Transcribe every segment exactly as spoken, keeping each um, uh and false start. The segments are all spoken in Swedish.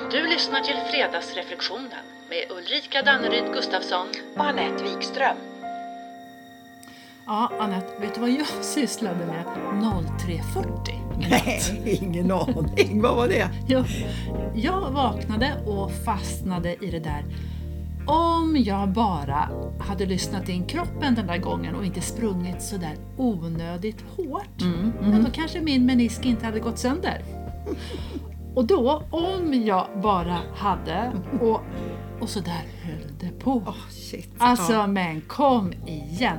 Du lyssnar till Fredagsreflektionen med Ulrika Danneryd Gustafsson och Anette Wikström. Ja, Anette, vet du vad jag sysslade med tre fyrtio? Nej, ingen aning. Vad var det? Jag, jag vaknade och fastnade i det där. Om jag bara hade lyssnat in kroppen den där gången och inte sprungit så där onödigt hårt, mm, mm. Ja, då kanske min menisk inte hade gått sönder. Och då, om jag bara hade, och, och så där höll det på. Oh, shit. Alltså, ja. Men kom igen.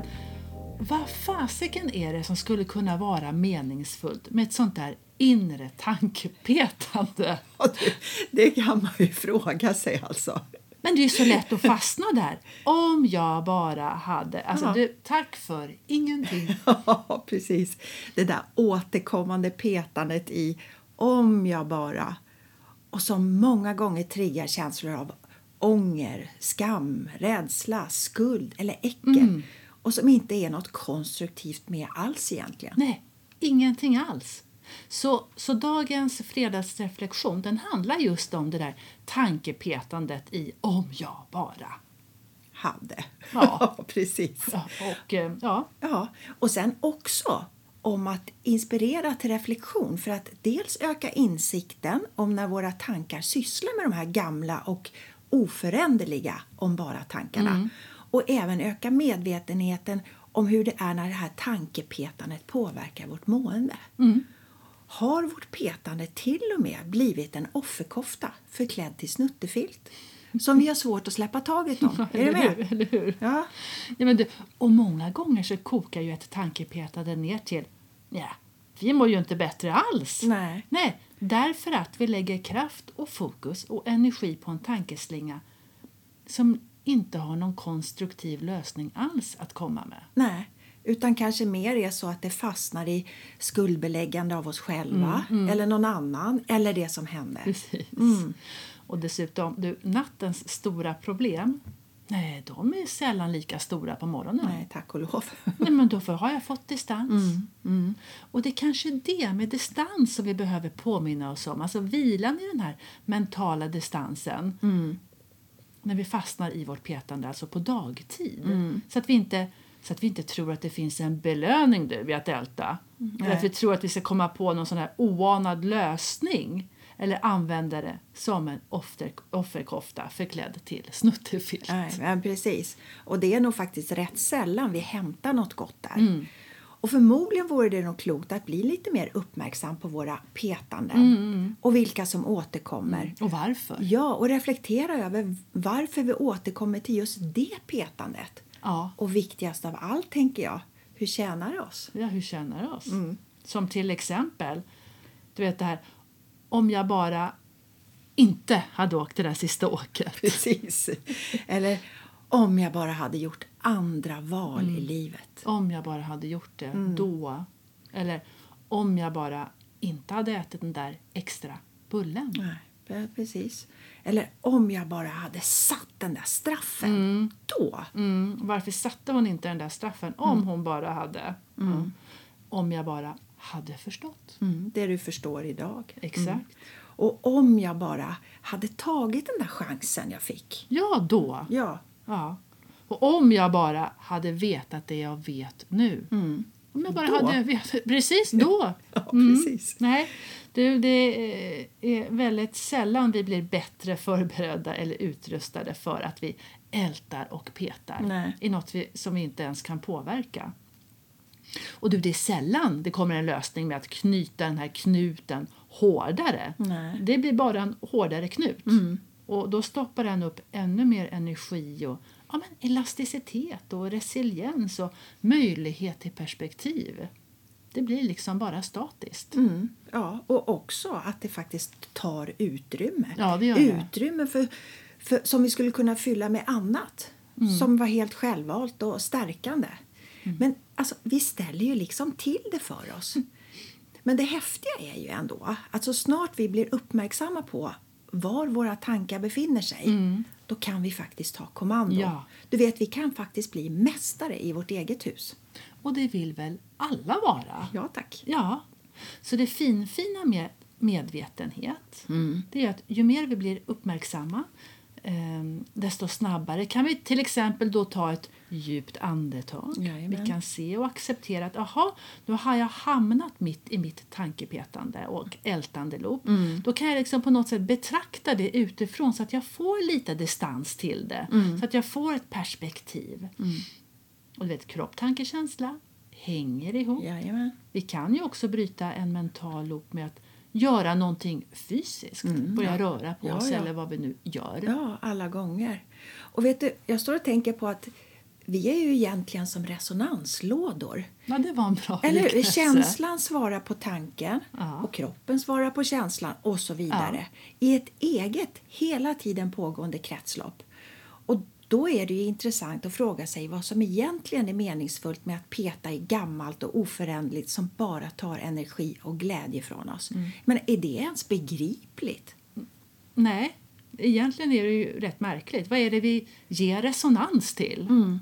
Vad fasiken är det som skulle kunna vara meningsfullt med ett sånt där inre tankepetande? Ja, det, det kan man ju fråga sig alltså. Men det är ju så lätt att fastna där. Om jag bara hade... Alltså, ja. du, tack för ingenting. Ja, precis. Det där återkommande petandet i om jag bara... Och som många gånger triggar känslor av ånger, skam, rädsla, skuld eller äckel. Mm. Och som inte är något konstruktivt med alls egentligen. Nej, ingenting alls. Så, så dagens fredagsreflektion, den handlar just om det där tankepetandet i om jag bara hade. Ja, precis. Ja, och, ja. Ja, och sen också om att inspirera till reflektion för att dels öka insikten om när våra tankar sysslar med de här gamla och oföränderliga om bara tankarna. Mm. Och även öka medvetenheten om hur det är när det här tankepetandet påverkar vårt mående. Mm. Har vårt petande till och med blivit en offerkofta förklädd till snuttefilt som vi har svårt att släppa taget om? Ja, är det med? Hur, eller hur? Ja. Ja, men du, och många gånger så kokar ju ett tankepetande ner till ja, vi mår ju inte bättre alls. Nej. Nej, därför att vi lägger kraft och fokus och energi på en tankeslinga som inte har någon konstruktiv lösning alls att komma med. Nej, utan kanske mer är så att det fastnar i skuldbeläggande av oss själva mm, mm. eller någon annan eller det som händer. Precis. Mm. Och dessutom, du, nattens stora problem, nej, de är sällan lika stora på morgonen. Nej, tack och lov. Nej, men då har jag fått distans. Mm, mm. Och det är kanske det med distans som vi behöver påminna oss om. Alltså vilan i den här mentala distansen. Mm. När vi fastnar i vårt petande, alltså på dagtid. Mm. Så, att vi inte, så att vi inte tror att det finns en belöning du, vid att älta. Mm. Eller att vi tror att vi ska komma på någon sån här oanad lösning. Eller använda det som en offer, offerkofta förklädd till snuttefilt. Nej, men precis. Och det är nog faktiskt rätt sällan vi hämtar något gott där. Mm. Och förmodligen vore det nog klokt att bli lite mer uppmärksam på våra petanden. Mm. Och vilka som återkommer. Mm. Och varför. Ja, och reflektera över varför vi återkommer till just det petandet. Ja. Och viktigast av allt tänker jag, hur tjänar det oss? Ja, hur tjänar det oss? Mm. Som till exempel, du vet det här, om jag bara inte hade åkt det där sista åket. Precis. Eller om jag bara hade gjort andra val mm. i livet. Om jag bara hade gjort det mm. då. Eller om jag bara inte hade ätit den där extra bullen. Nej, precis. Eller om jag bara hade satt den där straffen mm. då. Mm. Varför satte hon inte den där straffen om mm. hon bara hade? Mm. Mm. Om jag bara hade förstått. Mm. Det du förstår idag. Exakt. Mm. Och om jag bara hade tagit den där chansen jag fick. Ja, då. Ja. Ja. Och om jag bara hade vetat det jag vet nu. Mm. Om jag bara då. hade vetat. Precis då. Ja, precis. Mm. Nej, du, det är väldigt sällan vi blir bättre förberedda eller utrustade för att vi ältar och petar. Nej. I något vi, som vi inte ens kan påverka. Och du, det är sällan det kommer en lösning med att knyta den här knuten hårdare. Nej. Det blir bara en hårdare knut. Mm. Och då stoppar den upp ännu mer energi och ja, men elasticitet och resiliens och möjlighet till perspektiv. Det blir liksom bara statiskt. Mm. Ja, och också att det faktiskt tar utrymme. Ja, det gör det. Utrymme för, för, som vi skulle kunna fylla med annat. Mm. Som var helt självvalt och stärkande. Mm. Men alltså, vi ställer ju liksom till det för oss. Mm. Men det häftiga är ju ändå att så snart vi blir uppmärksamma på var våra tankar befinner sig, mm. då kan vi faktiskt ta kommando. Ja. Du vet, vi kan faktiskt bli mästare i vårt eget hus. Och det vill väl alla vara? Ja, tack. Ja, så det finfina med medvetenhet. Mm. Det är att ju mer vi blir uppmärksamma, eh, desto snabbare kan vi till exempel då ta ett djupt andetag. Jajamän. Vi kan se och acceptera att aha, nu har jag hamnat mitt i mitt tankepetande och ältande loop. Mm. Då kan jag liksom på något sätt betrakta det utifrån så att jag får lite distans till det. Mm. Så att jag får ett perspektiv. Mm. Och du vet, kropp, tanke, känsla hänger ihop. Jajamän. Vi kan ju också bryta en mental loop med att göra någonting fysiskt. Mm, Börja ja. röra på Ja, oss ja. eller vad vi nu gör. Ja, alla gånger. Och vet du, jag står och tänker på att vi är ju egentligen som resonanslådor. Ja, det var en bra Eller hur? liknelse. Känslan svarar på tanken Ja. och kroppen svarar på känslan och så vidare. I ett eget, hela tiden pågående kretslopp. Och då är det ju intressant att fråga sig vad som egentligen är meningsfullt med att peta i gammalt och oföränderligt som bara tar energi och glädje från oss. Mm. Men är det ens begripligt? Nej, egentligen är det ju rätt märkligt. Vad är det vi ger resonans till? Mm.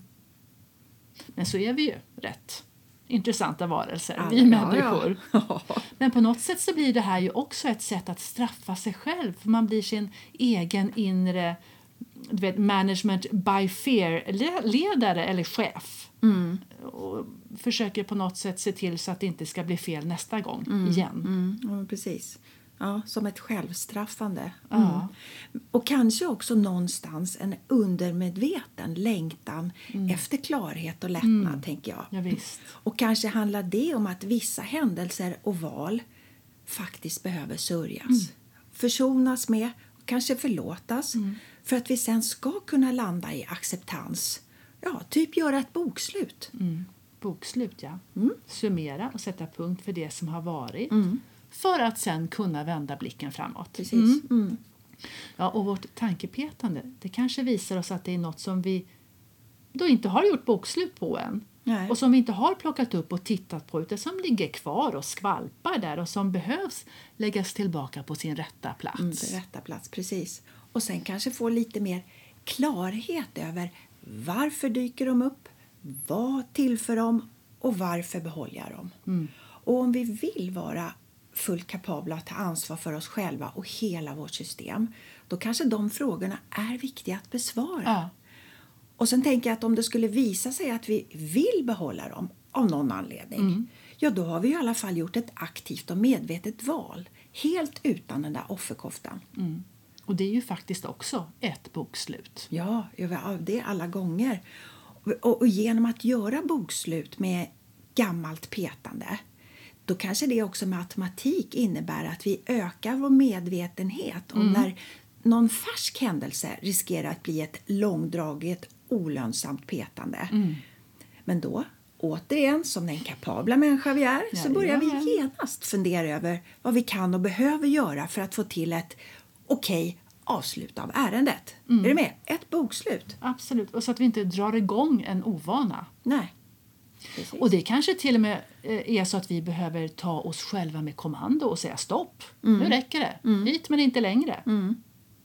Men så är vi ju rätt intressanta varelser, Ja, vi ja, människor. ja. Men på något sätt så blir det här ju också ett sätt att straffa sig själv. För man blir sin egen inre, du vet, management by fear-ledare eller chef. Mm. Och försöker på något sätt se till så att det inte ska bli fel nästa gång Mm. igen. Mm. Ja, precis. Ja, som ett självstraffande. Ja. Mm. Och kanske också någonstans en undermedveten längtan efter klarhet och lättnad, Mm. tänker jag. Ja, visst. Och kanske handlar det om att vissa händelser och val faktiskt behöver sörjas. Mm. Försonas med, och kanske förlåtas. Mm. För att vi sen ska kunna landa i acceptans. Ja, typ göra ett bokslut. Mm. Bokslut, ja. Mm. Summera och sätta punkt för det som har varit. Mm. För att sen kunna vända blicken framåt. Precis. Mm. Mm. Ja, och vårt tankepetande, det kanske visar oss att det är något som vi då inte har gjort bokslut på än. Nej. Och som vi inte har plockat upp och tittat på, utan som ligger kvar och skvalpar där och som behövs läggas tillbaka på sin rätta plats. Mm, på rätta plats, precis. Och sen kanske få lite mer klarhet över varför dyker de upp, vad tillför de och varför behåller jag dem. Mm. Och om vi vill vara fullt kapabla att ta ansvar för oss själva och hela vårt system, då kanske de frågorna är viktiga att besvara. Ja. Och sen tänker jag att om det skulle visa sig att vi vill behålla dem av någon anledning, Mm. ja, då har vi i alla fall gjort ett aktivt och medvetet val, helt utan den där offerkoftan. Mm. Och det är ju faktiskt också ett bokslut. Ja, ja, det alla gånger. Och, och, och genom att göra bokslut med gammalt petande, då kanske det också med automatik innebär att vi ökar vår medvetenhet om Mm. när någon färsk händelse riskerar att bli ett långdraget, olönsamt petande. Mm. Men då, återigen, som den kapabla människa vi är, så Ja, börjar ja. vi genast fundera över vad vi kan och behöver göra för att få till ett okej avslut av ärendet. Mm. Är du med? Ett bokslut. Absolut, och så att vi inte drar igång en ovana. Nej. Precis. Och det kanske till och med eh, är så att vi behöver ta oss själva med kommando och säga stopp. Mm. Nu räcker det. Mm. Hit men inte längre. Mm.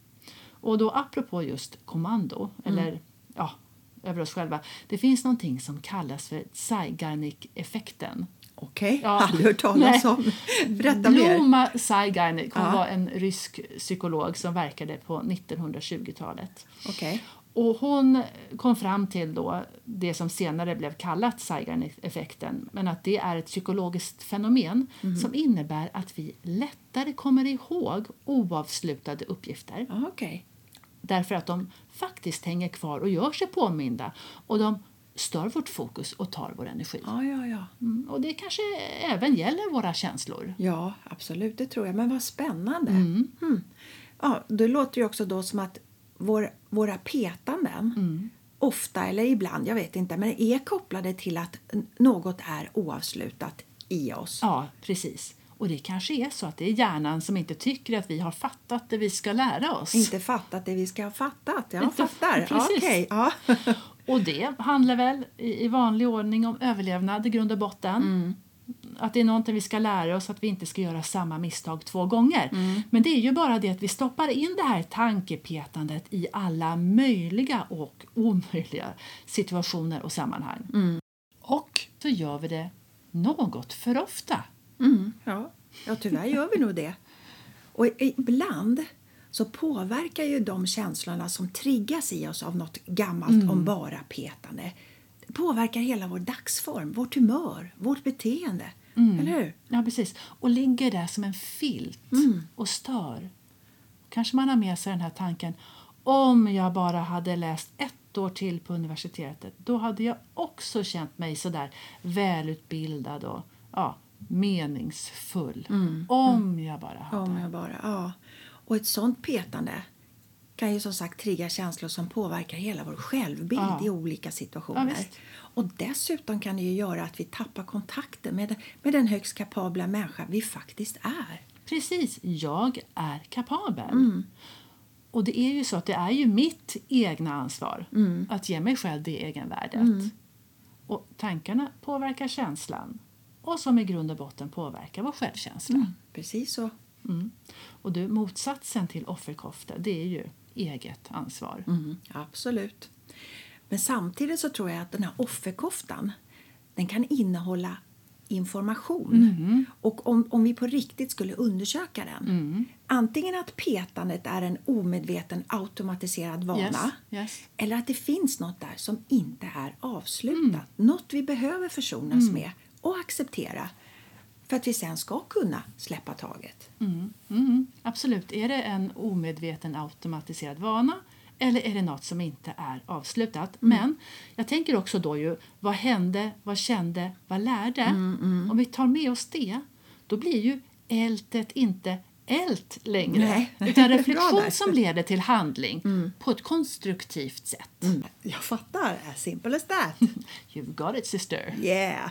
Och då apropå just kommando, eller ja, över oss själva. Det finns någonting som kallas för Zeigarnik-effekten. Okej, Ja. aldrig hört talas Nej. om. Berätta mer. Bluma Zeigarnik, hon Ja. var en rysk psykolog som verkade på nittonhundratjugotalet. Okej. Och hon kom fram till då det som senare blev kallat Zeigarnik-effekten, men att det är ett psykologiskt fenomen Mhm. som innebär att vi lättare kommer ihåg oavslutade uppgifter Ja, okej. därför att de faktiskt hänger kvar och gör sig påminda och de stör vårt fokus och tar vår energi. Ja, ja, ja. Mm, och det kanske även gäller våra känslor. Ja, absolut, det tror jag. Men vad spännande. Mm. Mm. Ja, det låter ju också då som att vår, våra petanden Mm. ofta eller ibland, jag vet inte, men är kopplade till att n- något är oavslutat i oss. Ja, precis. Och det kanske är så att det är hjärnan som inte tycker att vi har fattat det vi ska lära oss. Inte fattat det vi ska ha fattat. Jag Inte- fattar. Ja, precis. okej. Ja. Och det handlar väl i, i vanlig ordning om överlevnad i grund och botten. Mm. Att det är någonting vi ska lära oss, att vi inte ska göra samma misstag två gånger. Mm. Men det är ju bara det att vi stoppar in det här tankepetandet i alla möjliga och omöjliga situationer och sammanhang. Mm. Och så gör vi det något för ofta. Mm. Ja. ja, tyvärr gör vi nog det. Och ibland så påverkar ju de känslorna som triggas i oss av något gammalt mm. om bara petande. Det påverkar hela vår dagsform, vårt humör, vårt beteende. Mm. Eller hur? Ja, precis. Och ligger där som en filt mm. och stör. Kanske man har med sig den här tanken. Om jag bara hade läst ett år till på universitetet, då hade jag också känt mig så där välutbildad och ja, meningsfull. Mm. Om jag bara hade. Om jag bara, ja. Och ett sånt petande kan ju som sagt trigga känslor som påverkar hela vår självbild ja. i olika situationer. Ja, och dessutom kan det ju göra att vi tappar kontakten med, med den högst kapabla människa vi faktiskt är. Precis, jag är kapabel. Mm. Och det är ju så att det är ju mitt egna ansvar mm. att ge mig själv det egenvärdet. Mm. Och tankarna påverkar känslan. Och som i grund och botten påverkar vår självkänsla. Mm. Precis så. Mm. Och du, motsatsen till offerkofta, det är ju eget ansvar. Mm. Absolut. Men samtidigt så tror jag att den här offerkoftan, den kan innehålla information. Mm. Och om, om vi på riktigt skulle undersöka den. Mm. Antingen att petandet är en omedveten automatiserad vana. Yes. Yes. Eller att det finns något där som inte är avslutat. Mm. Något vi behöver försonas mm. med och acceptera. För att vi sen ska kunna släppa taget. Mm. Mm. Absolut. Är det en omedveten automatiserad vana? Eller är det något som inte är avslutat? Mm. Men jag tänker också då ju, vad hände, vad kände, vad lärde? Mm, mm. Om vi tar med oss det, då blir ju ältet inte ält längre. Nej. Utan reflektion som leder till handling mm. på ett konstruktivt sätt. Mm. Jag fattar, as simple as that. You've got it, sister. Yeah.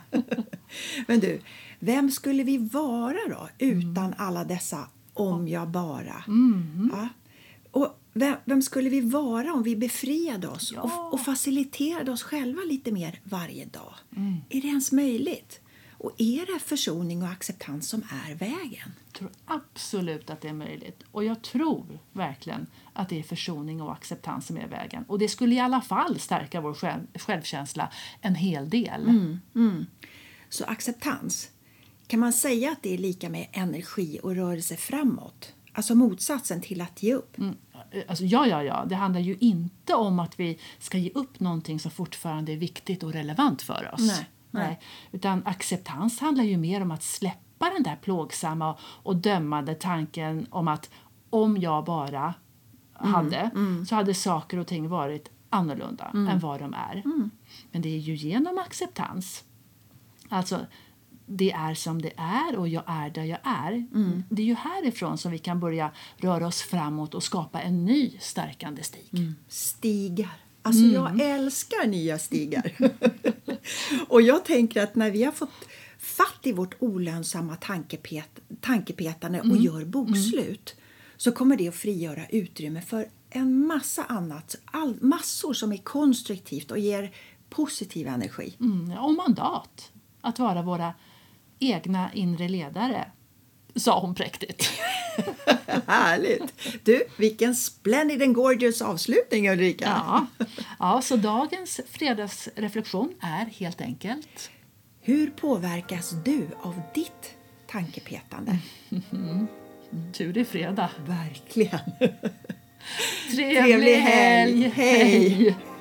Men du, vem skulle vi vara då utan mm. alla dessa om jag bara? Mm. Ja. Och vem, vem skulle vi vara om vi befriade oss ja. och, och faciliterade oss själva lite mer varje dag? Mm. Är det ens möjligt? Och är det försoning och acceptans som är vägen? Jag tror absolut att det är möjligt. Och jag tror verkligen att det är försoning och acceptans som är vägen. Och det skulle i alla fall stärka vår själv, självkänsla en hel del. Mm, mm. Så acceptans, kan man säga att det är lika med energi och rörelse framåt? Alltså motsatsen till att ge upp. Mm. Alltså, ja, ja, ja. Det handlar ju inte om att vi ska ge upp någonting som fortfarande är viktigt och relevant för oss. Nej, nej. Nej. Utan acceptans handlar ju mer om att släppa den där plågsamma och dömande tanken om att om jag bara mm, hade mm. så hade saker och ting varit annorlunda mm. än vad de är. Mm. Men det är ju genom acceptans. Alltså det är som det är och jag är där jag är. Mm. Det är ju härifrån som vi kan börja röra oss framåt och skapa en ny stärkande stig. Mm. Stigar. Alltså mm. jag älskar nya stigar. Och jag tänker att när vi har fått fatt i vårt olönsamma tankepet, tankepetande och mm. gör bokslut mm. så kommer det att frigöra utrymme för en massa annat. All, massor som är konstruktivt och ger positiv energi. Mm. Och mandat. Att vara våra egna inre ledare, sa hon präktigt. Härligt. Du, vilken splendid and gorgeous avslutning, Ulrika. Ja. ja, så dagens fredagsreflektion är helt enkelt. Hur påverkas du av ditt tankepetande? Mm. Tur är fredag. Verkligen. Trevlig helg. Hej.